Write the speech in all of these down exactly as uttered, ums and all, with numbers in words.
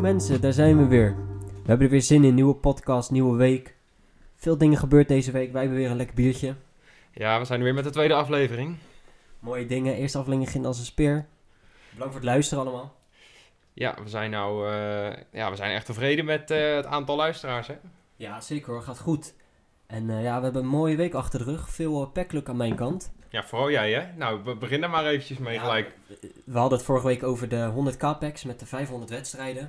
mensen, daar zijn we weer. We hebben er weer zin in, nieuwe podcast, nieuwe week. Veel dingen gebeurd deze week, wij hebben weer een lekker biertje. Ja, we zijn weer met de tweede aflevering. Mooie dingen, eerste aflevering ging als een speer. Bedankt voor het luisteren allemaal. Ja, we zijn nou uh, ja, we zijn echt tevreden met uh, het aantal luisteraars, hè? Ja, zeker hoor, gaat goed. En uh, ja, we hebben een mooie week achter de rug, veel uh, packluk aan mijn kant. Ja, vooral jij, hè? Nou, we beginnen maar eventjes mee ja, gelijk. We hadden het vorige week over de honderd k packs met de vijfhonderd wedstrijden.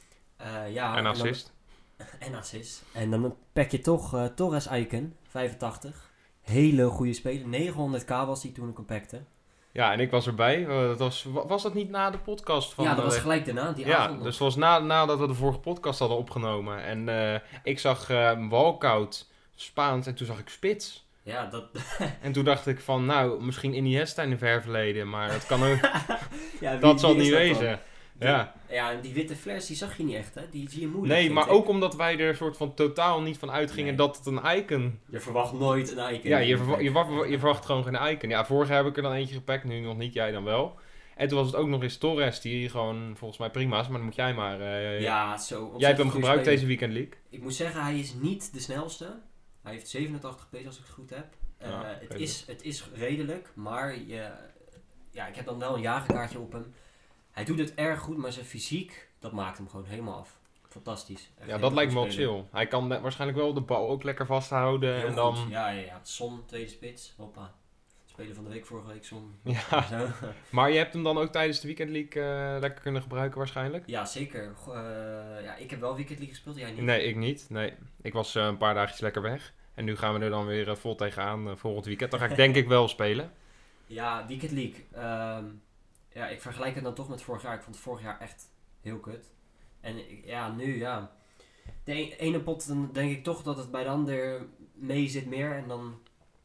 Uh, ja, en assist. En, dan, en assist. En dan pack je toch uh, Torres Icon, vijfentachtig. Hele goede speler. negenhonderd k was die toen ik hem packte. Ja, en ik was erbij. Uh, dat was, was dat niet na de podcast? Van ja, dat de, was gelijk daarna, die ja, avond. Dus het was na, nadat we de vorige podcast hadden opgenomen. En uh, ik zag uh, Walkout, Spaans en toen zag ik Spits. Ja, dat... en toen dacht ik van, nou, misschien Iniesta in een ver verleden, maar dat kan ook... ja, wie, dat zal wie niet dat wezen. Die, ja. ja, en die witte flares, die zag je niet echt, hè? Die zie je moeilijk. Nee, maar ook omdat wij er soort van totaal niet van uitgingen nee. dat het een icon... Je verwacht nooit een icon. Ja, je, verwa- je, verwacht, je verwacht gewoon geen icon. Ja, vorig jaar heb ik er dan eentje gepakt, nu nog niet, jij dan wel. En toen was het ook nog eens Torres, die gewoon volgens mij prima is, maar dan moet jij maar... Uh, ja, zo. Jij hebt hem gebruikt spelen. deze Weekend League. Ik moet zeggen, hij is niet de snelste. Hij heeft zevenentachtig pace als ik het goed heb. Uh, ja, het, is, het is redelijk, maar je, ja, ik heb dan wel een jagerkaartje op hem. Hij doet het erg goed, maar zijn fysiek, dat maakt hem gewoon helemaal af. Fantastisch. Echt ja, dat lijkt me ook chill. Hij kan waarschijnlijk wel de bal ook lekker vasthouden. Heel en dan... goed. Ja, ja, ja. Son, tweede spits. Hoppa. Speler van de week, vorige week Son. Ja, Zo. Maar je hebt hem dan ook tijdens de Weekend League uh, lekker kunnen gebruiken waarschijnlijk? Ja, zeker. Uh, ja, ik heb wel Weekend League gespeeld, jij niet? Nee, ik niet. Nee. Ik was uh, een paar dagjes lekker weg. En nu gaan we er dan weer uh, vol tegenaan uh, volgend weekend. Dan ga ik denk ik wel spelen. Ja, Weekend League. Um, ja, ik vergelijk het dan toch met vorig jaar. Ik vond het vorig jaar echt heel kut. En ja, nu ja. De ene pot, dan denk ik toch dat het bij de ander mee zit meer. En dan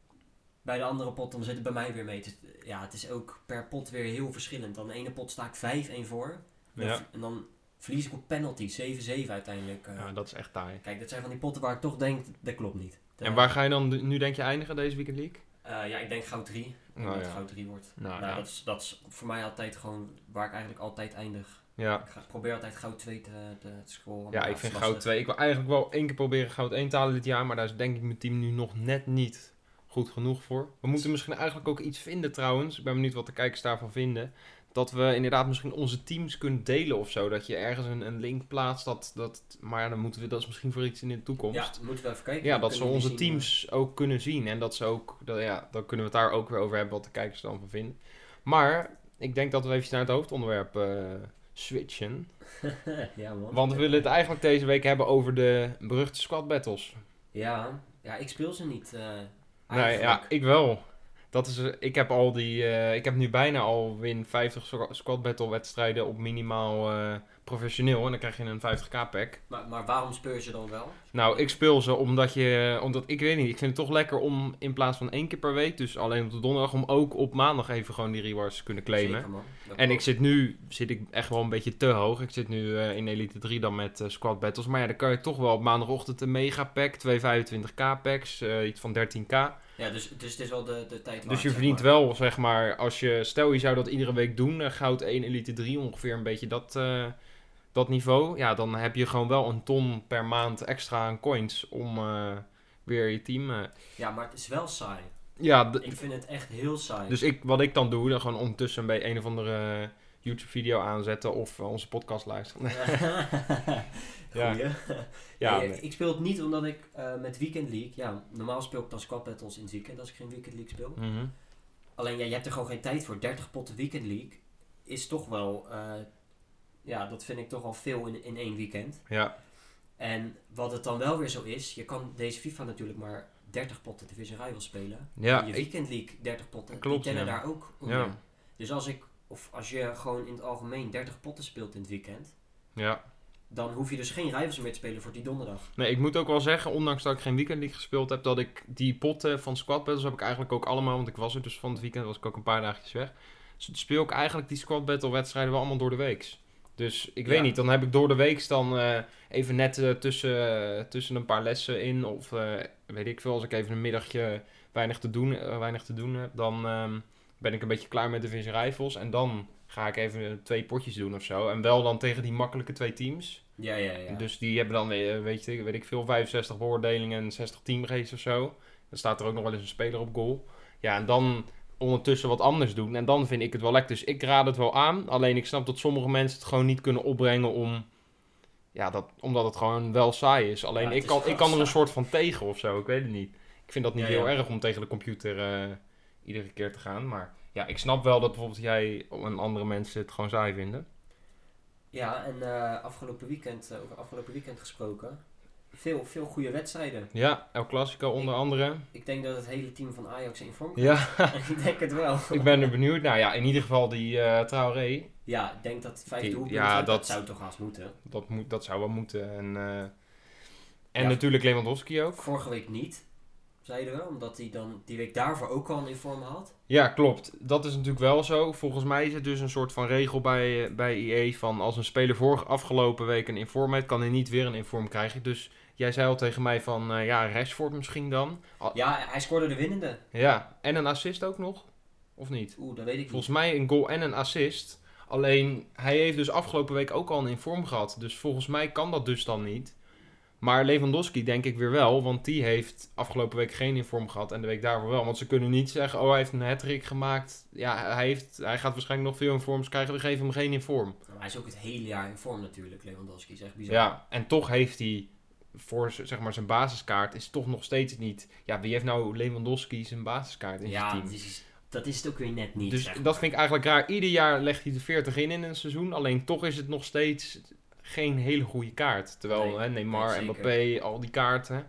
bij de andere pot, dan zit het bij mij weer mee. Het is, ja, het is ook per pot weer heel verschillend. Dan de ene pot sta ik vijf-een voor. Ja. En dan verlies ik op penalty. zeven-zeven uiteindelijk. Uh, ja, dat is echt taai. Kijk, dat zijn van die potten waar ik toch denk, dat klopt niet. De, en waar ga je dan nu denk je eindigen deze Weekend League? Uh, ja, ik denk goud drie. Nou, dat ja. het goud drie wordt. Nou, nou, ja. dat, is, dat is voor mij altijd gewoon waar ik eigenlijk altijd eindig. Ja. Ik ga, probeer altijd goud twee te, te, te scoren. Ja, ik vind goud twee. Ik wil eigenlijk wel één keer proberen goud één te halen dit jaar. Maar daar is denk ik mijn team nu nog net niet goed genoeg voor. We moeten misschien eigenlijk ook iets vinden trouwens. Ik ben benieuwd wat de kijkers daarvan vinden. Dat we inderdaad misschien onze teams kunnen delen of zo. Dat je ergens een, een link plaatst. Dat, dat, maar ja, dan moeten we dat is misschien voor iets in de toekomst. Ja, moeten we even kijken. Ja, dat ze onze zien, teams uh... ook kunnen zien. En dat ze ook, dat, ja, dan kunnen we het daar ook weer over hebben wat de kijkers er dan van vinden. Maar ik denk dat we even naar het hoofdonderwerp uh, switchen. ja, man. Want we willen het eigenlijk deze week hebben over de beruchte squad battles. Ja, ja ik speel ze niet. Uh, nee, ja, ik wel. Dat is, ik heb al die, uh, ik heb nu bijna al win vijftig squad battle wedstrijden op minimaal uh, professioneel en dan krijg je een vijftig k pack. Maar, maar waarom speel je ze dan wel? Nou, ik speel ze omdat je, omdat ik weet niet, ik vind het toch lekker om in plaats van één keer per week, dus alleen op de donderdag, om ook op maandag even gewoon die rewards te kunnen claimen. Zeker, man. En ik zit nu, zit ik echt wel een beetje te hoog. Ik zit nu uh, in Elite drie dan met uh, squad battles, maar ja, dan kan je toch wel op maandagochtend een mega pack, twee vijfentwintig k packs, uh, iets van dertien k. Ja, dus, dus het is wel de, de tijd waard. Dus je verdient zeg maar. wel, zeg maar, als je, stel je zou dat iedere week doen, uh, goud één, Elite drie, ongeveer een beetje dat, uh, dat niveau. Ja, dan heb je gewoon wel een ton per maand extra aan coins om uh, weer je team... Uh... Ja, maar het is wel saai. Ja, d- ik vind het echt heel saai. Dus ik, wat ik dan doe, dan gewoon ondertussen bij een of andere uh, YouTube video aanzetten of uh, onze podcast luisteren. Ja. Ja. Ja, nee, nee. Ik speel het niet omdat ik uh, met Weekend League... Ja, normaal speel ik dan squad battles in het weekend als ik geen Weekend League speel. Mm-hmm. Alleen ja, je hebt er gewoon geen tijd voor. dertig potten Weekend League is toch wel... Uh, ja, dat vind ik toch wel veel in, in één weekend. Ja. En wat het dan wel weer zo is... Je kan deze FIFA natuurlijk maar dertig potten Division Rivals spelen. Ja, en je Weekend League dertig potten, klopt, die tellen ja. daar ook onder. Ja. Dus als ik... Of als je gewoon in het algemeen dertig potten speelt in het weekend... Ja. Dan hoef je dus geen rivals meer te spelen voor die donderdag. Nee, ik moet ook wel zeggen, ondanks dat ik geen Weekend League gespeeld heb, dat ik die potten van squad battles heb ik eigenlijk ook allemaal, want ik was er dus van het weekend, was ik ook een paar dagjes weg. Dus speel ik eigenlijk die squad battle wedstrijden wel allemaal door de weeks. Dus ik weet ja. niet, dan heb ik door de weeks dan uh, even net uh, tussen, uh, tussen een paar lessen in, of uh, weet ik veel, als ik even een middagje weinig te doen, uh, weinig te doen heb, dan um, ben ik een beetje klaar met de Division Rivals en dan ga ik even twee potjes doen of zo. En wel dan tegen die makkelijke twee teams. Ja, ja, ja. Dus die hebben dan, eh, weet, je, weet ik veel, vijfenzestig beoordelingen en zestig teamraces of zo. Dan staat er ook nog wel eens een speler op goal. Ja, en dan ondertussen wat anders doen. En dan vind ik het wel lekker. Dus ik raad het wel aan. Alleen ik snap dat sommige mensen het gewoon niet kunnen opbrengen om... Ja, dat, omdat het gewoon wel saai is. Alleen Ja, het ik, is kan, wel ik kan er een saai. soort van tegen of zo. Ik weet het niet. Ik vind dat niet Ja, heel ja. erg om tegen de computer eh, iedere keer te gaan. Maar ja, ik snap wel dat bijvoorbeeld jij en andere mensen het gewoon saai vinden. Ja, en eh, afgelopen weekend, eh, over afgelopen weekend gesproken, veel, veel goede wedstrijden. Ja, El Clasico onder andere. Ik denk dat het hele team van Ajax in vorm komt. Ja, Ik denk het wel. ik ben er benieuwd. Nou ja, in ieder geval die eh Traoré. Ja, ik denk dat vijf Die- doelpunten, ja, dat, dat- zou toch haast moeten. Dat, moet, dat zou wel moeten. En, eh, en Ja. natuurlijk Lewandowski ook. Vorige week niet, zeiden we, omdat hij dan die week daarvoor ook al in vorm had. Ja, klopt. Dat is natuurlijk wel zo. Volgens mij is het dus een soort van regel bij, eh, bij I E van als een speler vorige afgelopen week een inform heeft, kan hij niet weer een inform krijgen. Dus jij zei al tegen mij van, eh, ja, Rashford misschien dan. Al- Ja, hij scoorde de winnende. ja, en een assist ook nog? Of niet? Oeh, dat weet ik Volgens niet. mij een goal en een assist. Alleen, hij heeft dus afgelopen week ook al een inform gehad. Dus volgens mij kan dat dus dan niet. Maar Lewandowski denk ik weer wel, want die heeft afgelopen week geen inform gehad en de week daarvoor wel. Want ze kunnen niet zeggen, oh hij heeft een hat-trick gemaakt. Ja, hij, heeft, hij gaat waarschijnlijk nog veel informs krijgen, we geven hem geen inform. Maar hij is ook het hele jaar in vorm natuurlijk, Lewandowski. Is echt bizar. Ja, en toch heeft hij voor z- zeg maar, zijn basiskaart is toch nog steeds niet... Ja, wie heeft nou Lewandowski zijn basiskaart in zijn Ja, team? dat is, dat is het ook weer net niet. Dus zeg maar. dat vind ik eigenlijk raar. Ieder jaar legt hij de veertig in in een seizoen. Alleen toch is het nog steeds geen hele goede kaart. Terwijl Nee, hè, Neymar, nee, zeker. Mbappé, al die kaarten.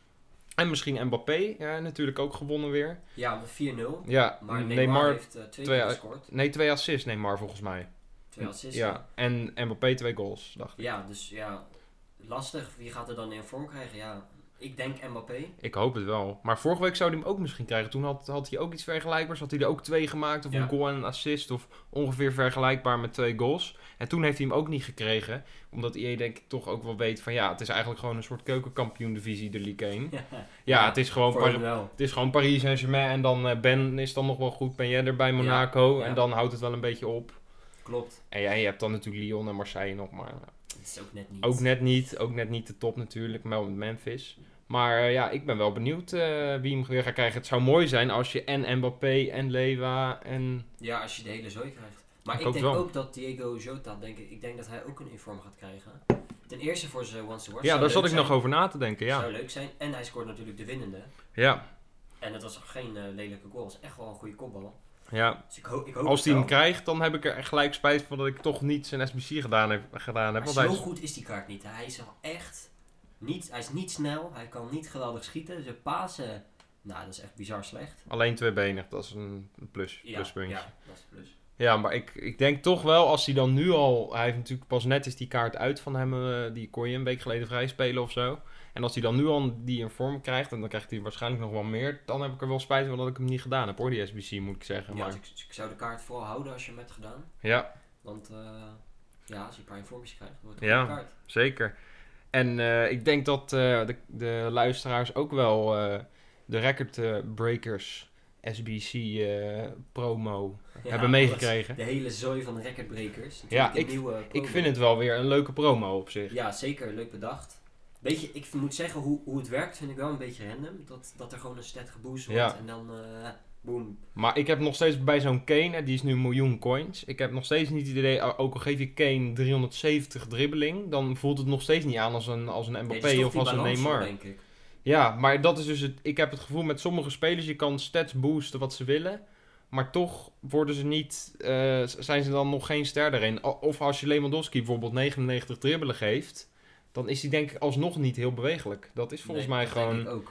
En misschien Mbappé, ja, natuurlijk ook gewonnen weer. Ja, met vier nul. Ja, Maar Neymar, Neymar, heeft uh, twee twee- keer gescoord. nee, twee assists Neymar volgens mij. Twee assists. Ja, en Mbappé twee goals, dacht ik. Ja, dus ja, lastig. Wie gaat er dan in vorm krijgen? Ja, ik denk Mbappé. Ik hoop het wel. Maar vorige week zou hij hem ook misschien krijgen. Toen had, had hij ook iets vergelijkbaars. Had hij er ook twee gemaakt. Of Ja. een goal en een assist. Of ongeveer vergelijkbaar met twee goals. En toen heeft hij hem ook niet gekregen. Omdat I E denk ik toch ook wel weet van ja, het is eigenlijk gewoon een soort keukenkampioen divisie de League één. Ja, Ja, het, is gewoon voor Par- hem wel. het is gewoon Paris Saint-Germain. En dan eh, Ben is dan nog wel goed. Ben jij er bij Monaco. Ja. En dan houdt het wel een beetje op. Klopt. En ja, je hebt dan natuurlijk Lyon en Marseille nog. Maar Het is ook net niet. ook net niet. Ook net niet de top natuurlijk. Wel met Memphis. Maar eh, ja, ik ben wel benieuwd eh, wie hem weer gaat krijgen. Het zou mooi zijn als je en Mbappé en Lewa en... Ja, als je de hele zooi krijgt. Maar Ik ik, hoop denk wel. ook dat Diego Jota, denk ik, ik denk dat hij ook een inform gaat krijgen. Ten eerste voor zijn once to watch. Ja, Zou daar zat leuk ik nog zijn. over na te denken, ja. Zou leuk zijn. En hij scoort natuurlijk de winnende. Ja, En het was geen eh, lelijke goal. Het is echt wel een goede kopbal. ja. Dus ik, ho ik hoop Als het hij hem wel. krijgt, dan heb ik er echt gelijk spijt van dat ik toch niet zijn S B C gedaan heb. Gedaan heb Maar want hij zo is- goed is die kaart niet. Hij is al echt niet, hij is niet snel. Hij kan niet geweldig schieten. Zijn pasen, nou dat is echt bizar slecht. alleen tweebenig, dat is een een plus, Ja, pluspuntje. Ja. ja, dat is een plus. maar ik, ik denk toch wel, als hij dan nu al... Hij heeft natuurlijk pas net is die kaart uit van hem, eh, die kon je een week geleden vrij spelen of zo. En als hij dan nu al die in vorm krijgt, en dan krijgt hij waarschijnlijk nog wel meer, dan heb ik er wel spijt van dat ik hem niet gedaan heb hoor, die S B C moet ik zeggen. Ja, Maar, dus ik, ik zou de kaart vooral houden als je hem hebt gedaan. ja, Want eh, ja, als je een paar informatjes krijgt, dan wordt het Ja. een goede kaart. zeker. En eh, ik denk dat eh, de, de luisteraars ook wel eh, de record eh, breakers S B C eh, promo Ja, hebben meegekregen. De hele zooi van de recordbreakers. Ja, Natuurlijk ik- de nieuwe Ik promo. vind het wel weer een leuke promo op zich. Ja, zeker. Leuk bedacht. Beetje, ik moet zeggen, hoe, hoe het werkt vind ik wel een beetje random. Dat, dat er gewoon een stat geboost wordt Ja. en dan eh boom. Maar ik heb nog steeds bij zo'n Kane, die is nu een miljoen coins. Ik heb nog steeds niet het idee, ook al geef je Kane driehonderdzeventig dribbeling, dan voelt het nog steeds niet aan als een, als een Nee, Mbappé dat is toch of die als een balans, Neymar. denk ik. Ja, maar dat is dus het. Ik heb het gevoel met sommige spelers, je kan stats boosten wat ze willen. Maar toch worden ze niet, eh, zijn ze dan nog geen ster erin. O- Of als je Lewandowski bijvoorbeeld negenennegentig dribbelen geeft, dan is hij denk ik alsnog niet heel bewegelijk. Dat is volgens Nee, mij dat denk gewoon, ik ook.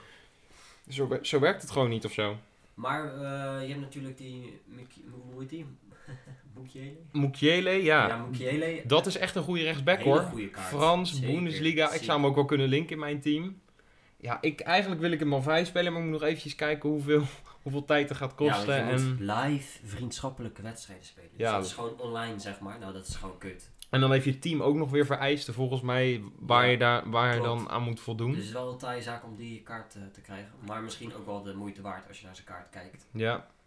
zo, we- zo werkt het gewoon niet of zo. Maar eh, je hebt natuurlijk die, Miki- hoe heet die? Mukiele? Mukiele, ja. Ja, Mukiele. Dat is echt een goede rechtsback Hele hoor. goede kaart. Frans, Zeker, Bundesliga. Ik zeker. zou hem ook wel kunnen linken in mijn team. Ja, ik, eigenlijk wil ik hem al vrij spelen, maar ik moet nog eventjes kijken hoeveel, hoeveel tijd het gaat kosten. Ja, want je en, moet live vriendschappelijke wedstrijden spelen. Dus Ja, dat dat- is gewoon online, zeg maar. Nou, dat is gewoon kut. en dan heeft je team ook nog weer vereisten, volgens mij, waar Ja, je, daar, waar je klopt. dan aan moet voldoen. Dus het is wel een taaie zaak om die kaart eh, te krijgen. Maar misschien ook wel de moeite waard als je naar zijn kaart kijkt. Ja,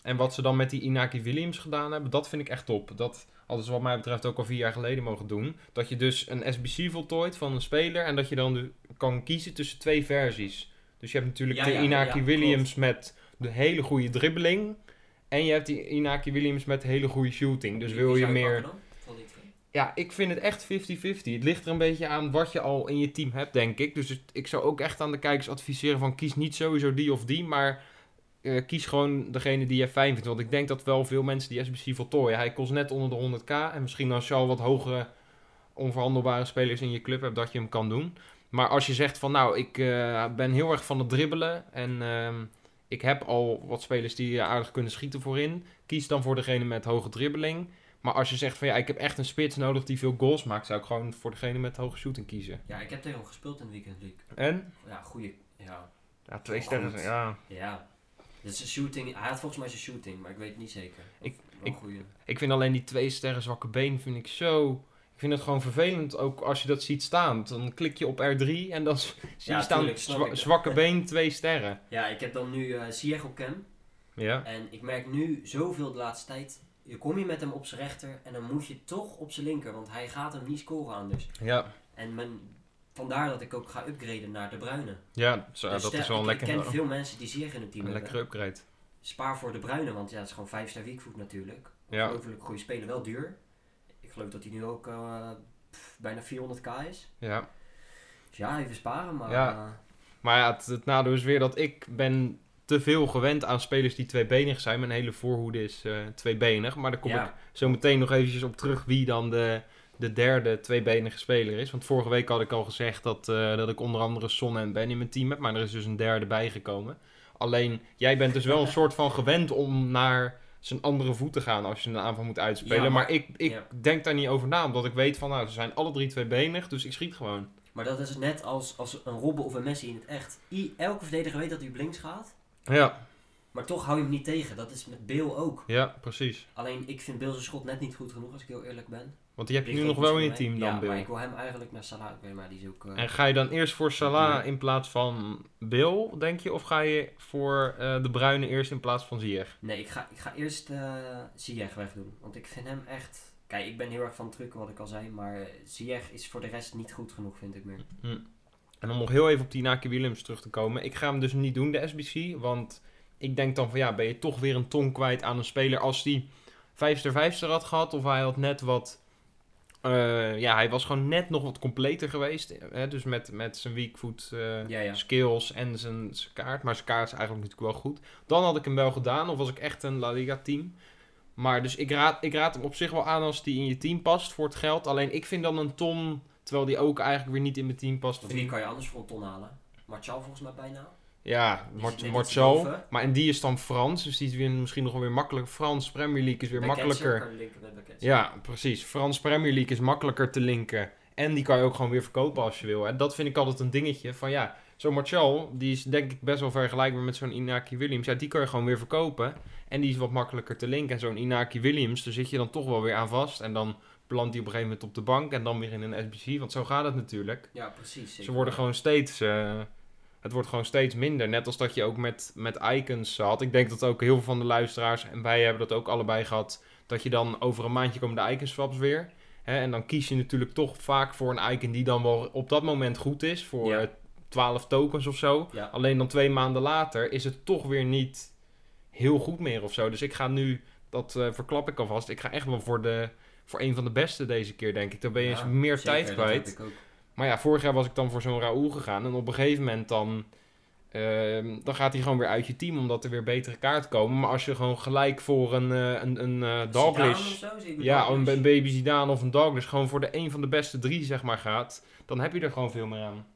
En wat ze dan met die Inaki Williams gedaan hebben, dat vind ik echt top. Dat hadden ze wat mij betreft ook al vier jaar geleden mogen doen. Dat je dus een S B C voltooit van een speler en dat je dan dus kan kiezen tussen twee versies. Dus je hebt natuurlijk Ja, de ja, Inaki ja, Williams met de hele goede dribbeling. En je hebt die Inaki Williams met hele goede shooting. Dus Wie- wil wie je zou meer... pakken dan? Van die twee? Ja, ik vind het echt vijftig vijftig. Het ligt er een beetje aan wat je al in je team hebt, denk ik. Dus het- ik zou ook echt aan de kijkers adviseren van kies niet sowieso die of die, maar eh, kies gewoon degene die je fijn vindt. Want ik denk dat wel veel mensen die S B C voltooien. Hij kost net onder de honderd k en misschien als je al wat hogere onverhandelbare spelers in je club hebt, dat je hem kan doen. Maar als je zegt van nou, ik eh, ben heel erg van het dribbelen en ehm, ik heb al wat spelers die eh, aardig kunnen schieten voorin, kies dan voor degene met hoge dribbeling. Maar als je zegt van ja, ik heb echt een spits nodig die veel goals maakt, zou ik gewoon voor degene met hoge shooting kiezen. Ja, ik heb tegen hem gespeeld in de Weekend League. En? Ja, goeie. Ja. Ja, twee Wel sterren. goed. Ja. Ja. Dus zijn shooting, hij had volgens mij zijn shooting, maar ik weet het niet zeker. Of Ik- wel ik- een goeie. Ik vind alleen die twee sterren zwakke been vind ik zo... Ik vind het gewoon vervelend, ook als je dat ziet staan. Dan klik je op R drie en dan s- zie Ja, je staan tuurlijk, snap zwa- ik. zwakke been twee sterren. Ja, ik heb dan nu uh, Ziyech op cam. Ja. En ik merk nu zoveel de laatste tijd. Je kom je met hem op zijn rechter en dan moet je toch op zijn linker, want hij gaat hem niet scoren anders. Ja, En men, vandaar dat ik ook ga upgraden naar De Bruyne. ja zo, Dus dat stel- is wel een, ik, lekker, ik ken veel mensen die Ziyech in het team een hebben. lekkere upgrade. Spaar voor De Bruyne, want ja, het is gewoon vijf ster weekvoet natuurlijk. Ja. Ongelooflijk goede speler, wel duur. Ik geloof dat hij nu ook uh, pff, bijna vierhonderd k is. Ja. Dus ja, even sparen, maar... Ja. uh, Maar ja, het, het nadeel is weer dat ik ben te veel gewend aan spelers die tweebenig zijn. Mijn hele voorhoede is uh, tweebenig. Maar daar kom ja. ik zo meteen nog eventjes op terug wie dan de, de derde tweebenige speler is. Want vorige week had ik al gezegd dat, uh, dat ik onder andere Son en Ben in mijn team heb. Maar er is dus een derde bijgekomen. Alleen, jij bent dus wel een soort van gewend om naar zijn andere voet te gaan als je een aanval moet uitspelen. Ja, maar, maar- ik, ik ja. denk daar niet over na, omdat ik weet van, nou, ze zijn alle drie tweebenig, dus ik schiet gewoon. Maar dat is net als, als een Robben of een Messi in het echt. I, elke verdediger weet dat hij op links gaat. Ja, Maar toch hou je hem niet tegen. Dat is met Bale ook. ja, precies. Alleen ik vind Bale zijn schot net niet goed genoeg, als ik heel eerlijk ben. Want die heb je Ligt nu ook nog wel in je misschien team mee. dan, Ja, Bill. maar ik wil hem eigenlijk naar Salah. Ik weet maar, die is ook... uh, En ga je dan eerst voor Salah in plaats van Bill, denk je? Of ga je voor uh, de Bruyne eerst in plaats van Ziyech? Nee, ik ga, ik ga eerst uh, Ziyech wegdoen. Want ik vind hem echt... Kijk, ik ben heel erg van het trucken, wat ik al zei. Maar Ziyech is voor de rest niet goed genoeg, vind ik meer. Hm. En om nog heel even op die Inaki Williams terug te komen. Ik ga hem dus niet doen, de S B C. Want ik denk dan van ja, ben je toch weer een ton kwijt aan een speler als die vijfster vijfster had gehad. Of hij had net wat... Uh, ja, hij was gewoon net nog wat completer geweest. Hè? Dus met, met zijn weakfoot uh, Ja, ja. skills en zijn, zijn kaart. Maar zijn kaart is eigenlijk natuurlijk wel goed. Dan had ik hem wel gedaan. Of was ik echt een La Liga team. Maar dus ik raad, ik raad hem op zich wel aan als die in je team past voor het geld. Alleen ik vind dan een ton, terwijl die ook eigenlijk weer niet in mijn team past. Want wie kan je anders voor een ton halen? Martial volgens mij bijna. Ja, Die Mart- zit net Martial. iets boven. Maar en die is dan Frans. Dus die is weer misschien nog wel weer makkelijk. Frans Premier League is weer makkelijker. Kan je linken met Baketsi. Ja, precies. Frans Premier League is makkelijker te linken. En die kan je ook gewoon weer verkopen als je wil. En dat vind ik altijd een dingetje. Van ja, zo'n Martial, die is denk ik best wel vergelijkbaar met zo'n Inaki Williams. Ja, die kan je gewoon weer verkopen. En die is wat makkelijker te linken. En zo'n Inaki Williams, daar zit je dan toch wel weer aan vast. En dan belandt hij op een gegeven moment op de bank. En dan weer in een S B C. Want zo gaat het natuurlijk. Ja, precies. Ze zeker. worden gewoon steeds... Uh, het wordt gewoon steeds minder. Net als dat je ook met, met icons had. Ik denk dat ook heel veel van de luisteraars, en wij hebben dat ook allebei gehad, dat je dan over een maandje komen de icon swaps weer. Hè, en dan kies je natuurlijk toch vaak voor een icon die dan wel op dat moment goed is. Voor Ja. uh, twaalf tokens of zo. Ja. Alleen dan twee maanden later is het toch weer niet heel goed meer of zo. Dus ik ga nu, dat uh, verklap ik alvast, ik ga echt wel voor, de, voor een van de beste deze keer, denk ik. Dan ben je Ja, eens meer zeker, tijd dat kwijt. heb ik ook. Maar ja, vorig jaar was ik dan voor zo'n Raoul gegaan. En op een gegeven moment dan... Uh, dan gaat hij gewoon weer uit je team, omdat er weer betere kaarten komen. Maar als je gewoon gelijk voor een, uh, een, een uh, Douglas... Ja, een, een Baby Zidane of een Douglas... gewoon voor de een van de beste drie, zeg maar, gaat... dan heb je er gewoon veel meer aan.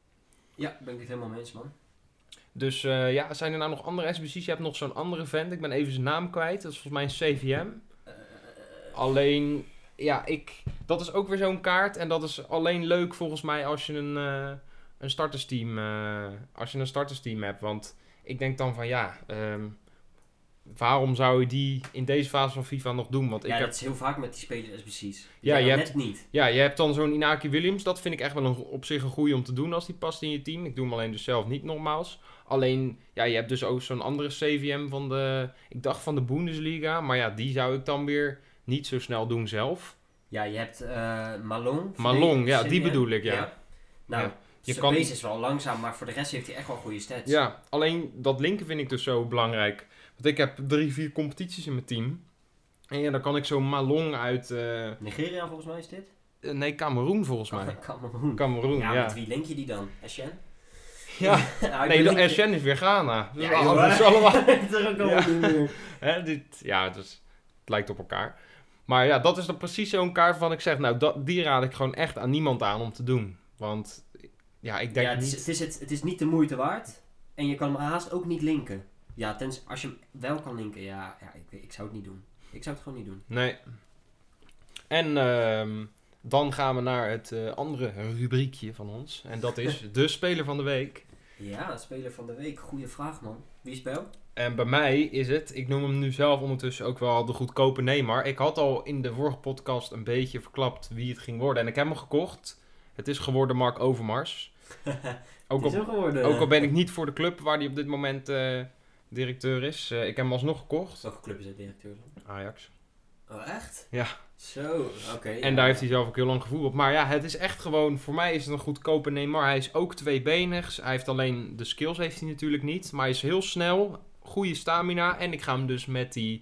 Ja, ben ik het helemaal mee eens, man. Dus uh, ja, zijn er nou nog andere S B C's? Je hebt nog zo'n andere vent. Ik ben even zijn naam kwijt. Dat is volgens mij een C V M. Uh, Alleen... Ja, ik... Dat is ook weer zo'n kaart. En dat is alleen leuk volgens mij als je een... Uh, een startersteam, uh, als je een startersteam hebt. Want ik denk dan van ja, um, waarom zou je die in deze fase van FIFA nog doen? Want ik ja, heb... dat is heel vaak met die spelers precies. Ja, Ja, je net hebt- niet. Ja, je hebt dan zo'n Inaki Williams. Dat vind ik echt wel een, op zich een goeie om te doen als die past in je team. Ik doe hem alleen dus zelf niet nogmaals. Alleen, ja, je hebt dus ook zo'n andere C V M van de... Ik dacht van de Bundesliga. Maar ja, die zou ik dan weer niet zo snel doen zelf. Ja, je hebt eh Malong. Malong, ja, die Senior. bedoel ik, ja. Nou, Ja. Je zijn kan- pace is wel langzaam, maar voor de rest heeft hij echt wel goede stats. Ja, alleen dat linken vind ik dus zo belangrijk. Want ik heb drie, vier competities in mijn team. En ja, dan kan ik zo'n Malong uit... eh, Nigeria volgens mij is dit? eh, nee, Cameroen volgens mij. Cameroen. Cameroen, Ja, ja. met wie link je die dan? Ashen? Ja, Nou, nee, ik de link je- S N is weer Ghana. Dus Ja, ja, joh, dat is allemaal... Dat is ook allemaal niet meer. Hè, dit, ja, dus het lijkt op elkaar. Maar ja, dat is dan precies zo'n kaart waarvan ik zeg, nou, dat, die raad ik gewoon echt aan niemand aan om te doen. Want, ja, ik denk Ja, het is, niet... het, is het, het is niet de moeite waard. En je kan hem haast ook niet linken. Ja, tens, als je hem wel kan linken, ja, ja ik, weet- ik zou het niet doen. Ik zou het gewoon niet doen. Nee. En ehm, dan gaan we naar het eh, andere rubriekje van ons. En dat is de speler van de week. Ja, speler van de week. Goeie vraag, man. Wie is Bel? En bij mij is het, ik noem hem nu zelf ondertussen ook wel de goedkope Neymar. Ik had al in de vorige podcast een beetje verklapt wie het ging worden. En ik heb hem gekocht. Het is geworden Mark Overmars. Ook Die is al, ook geworden. ook al ben ik niet voor de club waar hij op dit moment eh, directeur is. Eh, ik heb hem alsnog gekocht. Welke club is het directeur dan? Ajax. Oh, echt? Ja. Zo, oké. En ja. daar heeft hij zelf ook heel lang gevoetbald. Maar ja, het is echt gewoon, voor mij is het een goedkope Neymar. Hij is ook tweebenig. Hij heeft alleen, de skills heeft hij natuurlijk niet. Maar hij is heel snel, goede stamina. En ik ga hem dus met die,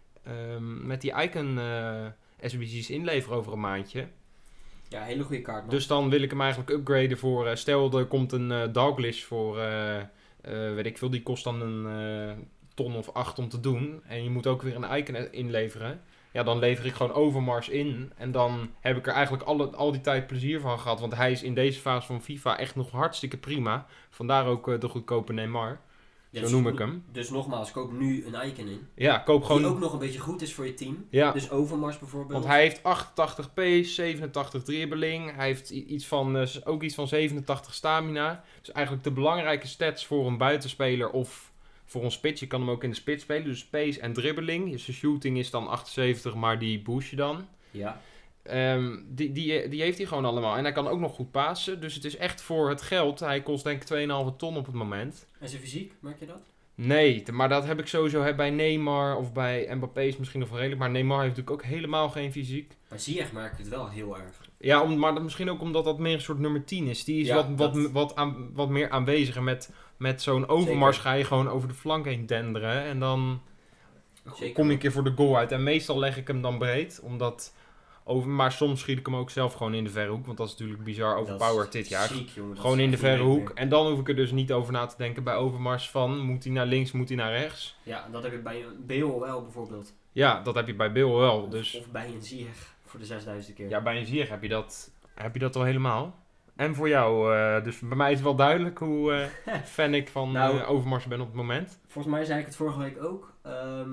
ehm, met die Icon eh S B G's inleveren over een maandje. Ja, hele goede kaart, man. Dus dan wil ik hem eigenlijk upgraden voor, eh, stel er komt een eh Douglas voor, eh, eh, weet ik veel, die kost dan een eh, ton of acht om te doen. En je moet ook weer een Icon inleveren. Ja, dan lever ik gewoon Overmars in. En dan heb ik er eigenlijk alle, al die tijd plezier van gehad. Want hij is in deze fase van FIFA echt nog hartstikke prima. Vandaar ook eh, de goedkope Neymar. Ja, Zo dus- noem ik hem. Dus nogmaals, koop nu een Icon in. Ja, koop Die gewoon... ook nog een beetje goed is voor je team. Ja, Dus Overmars bijvoorbeeld. want hij heeft achtentachtig pace, zevenentachtig dribbeling. Hij heeft i- iets van, eh, ook iets van zevenentachtig stamina. Dus eigenlijk de belangrijke stats voor een buitenspeler of voor een spits. Je kan hem ook in de spits spelen. Dus pace en dribbeling. Dus zijn shooting is dan achtenzeventig, maar die boost je dan. Ja. Ehm, die, die, die heeft hij gewoon allemaal. En hij kan ook nog goed pasen. Dus het is echt voor het geld. Hij kost denk ik twee komma vijf ton op het moment. En zijn fysiek, merk je dat? Nee, t- maar dat heb ik sowieso hè, bij Neymar of bij Mbappé is misschien nog wel redelijk. Maar Neymar heeft natuurlijk ook helemaal geen fysiek. Bij Ziyech merk ik het wel heel erg. Ja, om, maar dat misschien ook omdat dat meer een soort nummer tien is. Die is Ja, wat, wat, dat- wat, aan, wat meer aanwezig. En met, met zo'n Overmars Zeker. ga je gewoon over de flank heen denderen. En dan Zeker. kom je een keer voor de goal uit. En meestal leg ik hem dan breed. Omdat over, maar soms schiet ik hem ook zelf gewoon in de verre hoek. Want dat is natuurlijk bizar overpowered dit jaar. Ziek, jongen. Dat Gewoon is in de echt niet verre leuk hoek. meer. En dan hoef ik er dus niet over na te denken bij Overmars van... Moet hij naar links, moet hij naar rechts? Ja, dat heb je bij een Bale wel bijvoorbeeld. Ja, dat heb je bij Bill wel. Of- Dus Of bij een Ziyech voor de zesduizendste keer. ja, bij een Ziyech heb je dat, heb je dat al helemaal. En voor jou, eh, dus bij mij is het wel duidelijk hoe eh, fan ik van Nou, eh, Overmars ben op het moment. Volgens mij zei ik het vorige week ook. Ehm,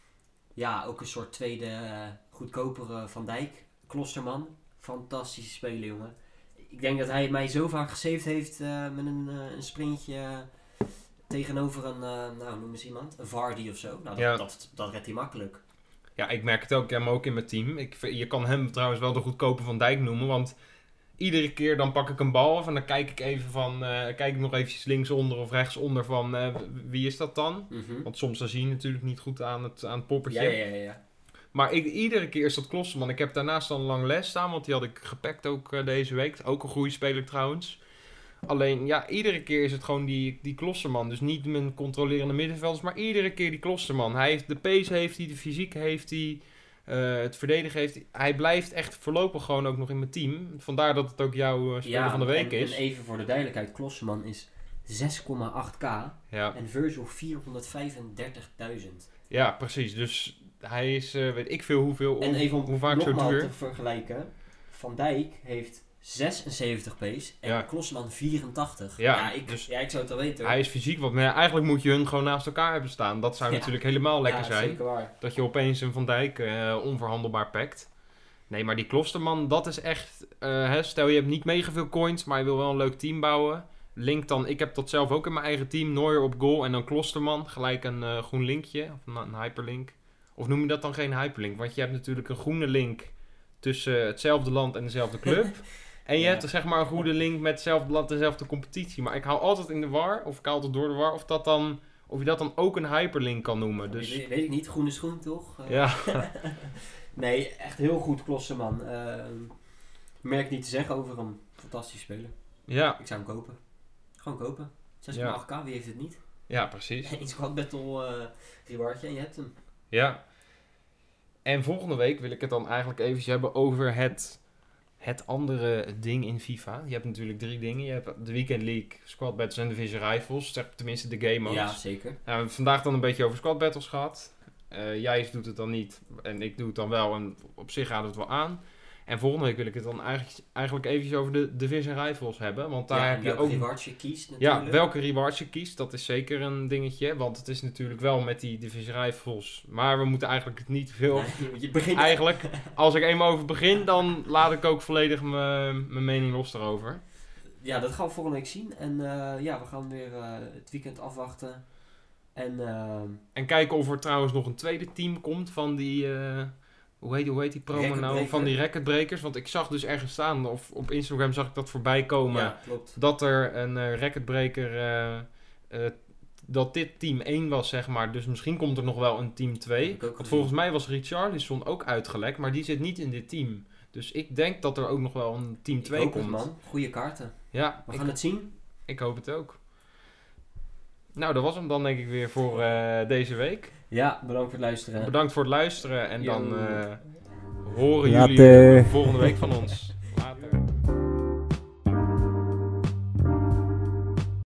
ja, ook een soort tweede eh, goedkopere Van Dijk. Klosterman. Fantastische speler, jongen. Ik denk dat hij mij zo vaak gesaved heeft eh, met een, eh, een sprintje tegenover een, eh, nou noem eens iemand, een Vardy of zo. Nou, dat, Ja. dat, dat redt hij makkelijk. Ja, ik merk het ook, ik heb hem ook in mijn team. Ik, vind- je kan hem trouwens wel de goedkope Van Dijk noemen, want iedere keer dan pak ik een bal af en dan kijk ik even van, eh, kijk ik nog eventjes linksonder of rechtsonder van eh, wie is dat dan? Mhm. Want soms dan zie je natuurlijk niet goed aan het, aan het poppertje. Ja, ja, ja, ja. Maar ik, iedere keer is dat Klosterman. Ik heb daarnaast dan lang les staan, want die had ik gepakt ook eh, deze week. Ook een goede speler trouwens. Alleen, ja, iedere keer is het gewoon die, die Klosterman. Dus niet mijn controlerende middenvelders, maar iedere keer die Klosterman. Hij heeft, de pace heeft hij, de fysiek heeft hij, eh, het verdedigen heeft hij. Hij blijft echt voorlopig gewoon ook nog in mijn team. Vandaar dat het ook jouw eh, speler van de week en, is. En even voor de duidelijkheid, Klosserman is zes komma acht k Ja. en Virgil vierhonderdvijfendertigduizend. ja, precies. Dus hij is, eh, weet ik veel hoeveel, En even om hoe vaak zo nogmaals duur. te vergelijken, Van Dijk heeft zesenzeventig pace en Ja. Klosserman vierentachtig. Ja, Ja, ik, dus ja, ik zou het wel weten. hoor. Hij is fysiek wat meer. Eigenlijk moet je hun gewoon naast elkaar hebben staan. Dat zou Ja. natuurlijk helemaal lekker ja, zijn. Zeker waar. Dat je opeens een Van Dijk eh, onverhandelbaar pakt. Nee, maar die Klosterman, dat is echt... eh, hè, stel je hebt niet mega veel coins, maar je wil wel een leuk team bouwen. link dan, ik heb dat zelf ook in mijn eigen team, Neuer op goal en dan Klosterman, gelijk een uh, groen linkje, of een, een hyperlink. Of noem je dat dan geen hyperlink? Want je hebt natuurlijk een groene link tussen hetzelfde land en dezelfde club. En je ja. hebt zeg maar een goede link met hetzelfde land en dezelfde competitie. Maar ik hou altijd in de war, of ik haal altijd door de war, of, dat dan, of je dat dan ook een hyperlink kan noemen. Dus... Weet, weet ik niet, groene schoen toch? Uh, ja. Nee, echt heel goed Klosserman. Uh, merk niet te zeggen over hem. Fantastisch spelen. Ja. Ik zou hem kopen. Gewoon kopen. zes komma acht k, wie heeft het niet? Ja, precies. Eén squad battle uh, rewardje en je hebt hem. Ja. En volgende week wil ik het dan eigenlijk even hebben over het, het andere ding in FIFA. Je hebt natuurlijk drie dingen. Je hebt de Weekend League, Squad Battles en Division Rivals. Zeg tenminste de game modes. Ja, zeker. Nou, we hebben vandaag dan een beetje over Squad Battles gehad. Uh, jij doet het dan niet en ik doe het dan wel. En op zich gaat het wel aan. En volgende week wil ik het dan eigenlijk, eigenlijk even over de Division Rivals hebben. Want daar ja, heb je welke ook... rewards je kiest natuurlijk. Ja, welke rewards je kiest, dat is zeker een dingetje. Want het is natuurlijk wel met die Division Rivals. Maar we moeten eigenlijk niet veel... Nee, je begint... Eigenlijk, als ik eenmaal over begin, dan laat ik ook volledig mijn mening los erover. Ja, dat gaan we volgende week zien. En uh, ja, we gaan weer uh, het weekend afwachten. En, uh, en kijken of er trouwens nog een tweede team komt van die... Uh, Hoe heet, hoe heet die promo nou? Van die recordbreakers. Want ik zag dus ergens staan, of op Instagram zag ik dat voorbij komen. Ja, klopt. Dat er een uh, recordbreaker, uh, uh, dat dit team één was, zeg maar. Dus misschien komt er nog wel een team twee. Want volgens mij was Richarlison ook uitgelekt, maar die zit niet in dit team. Dus ik denk dat er ook nog wel een team twee ik hoop komt. Het, man. Goeie kaarten. Ja, We gaan ik, het zien. Ik hoop het ook. Nou, dat was hem dan denk ik weer voor uh, deze week. Ja, bedankt voor het luisteren. Bedankt voor het luisteren en Yo. dan... Uh, horen Later. jullie volgende week van ons.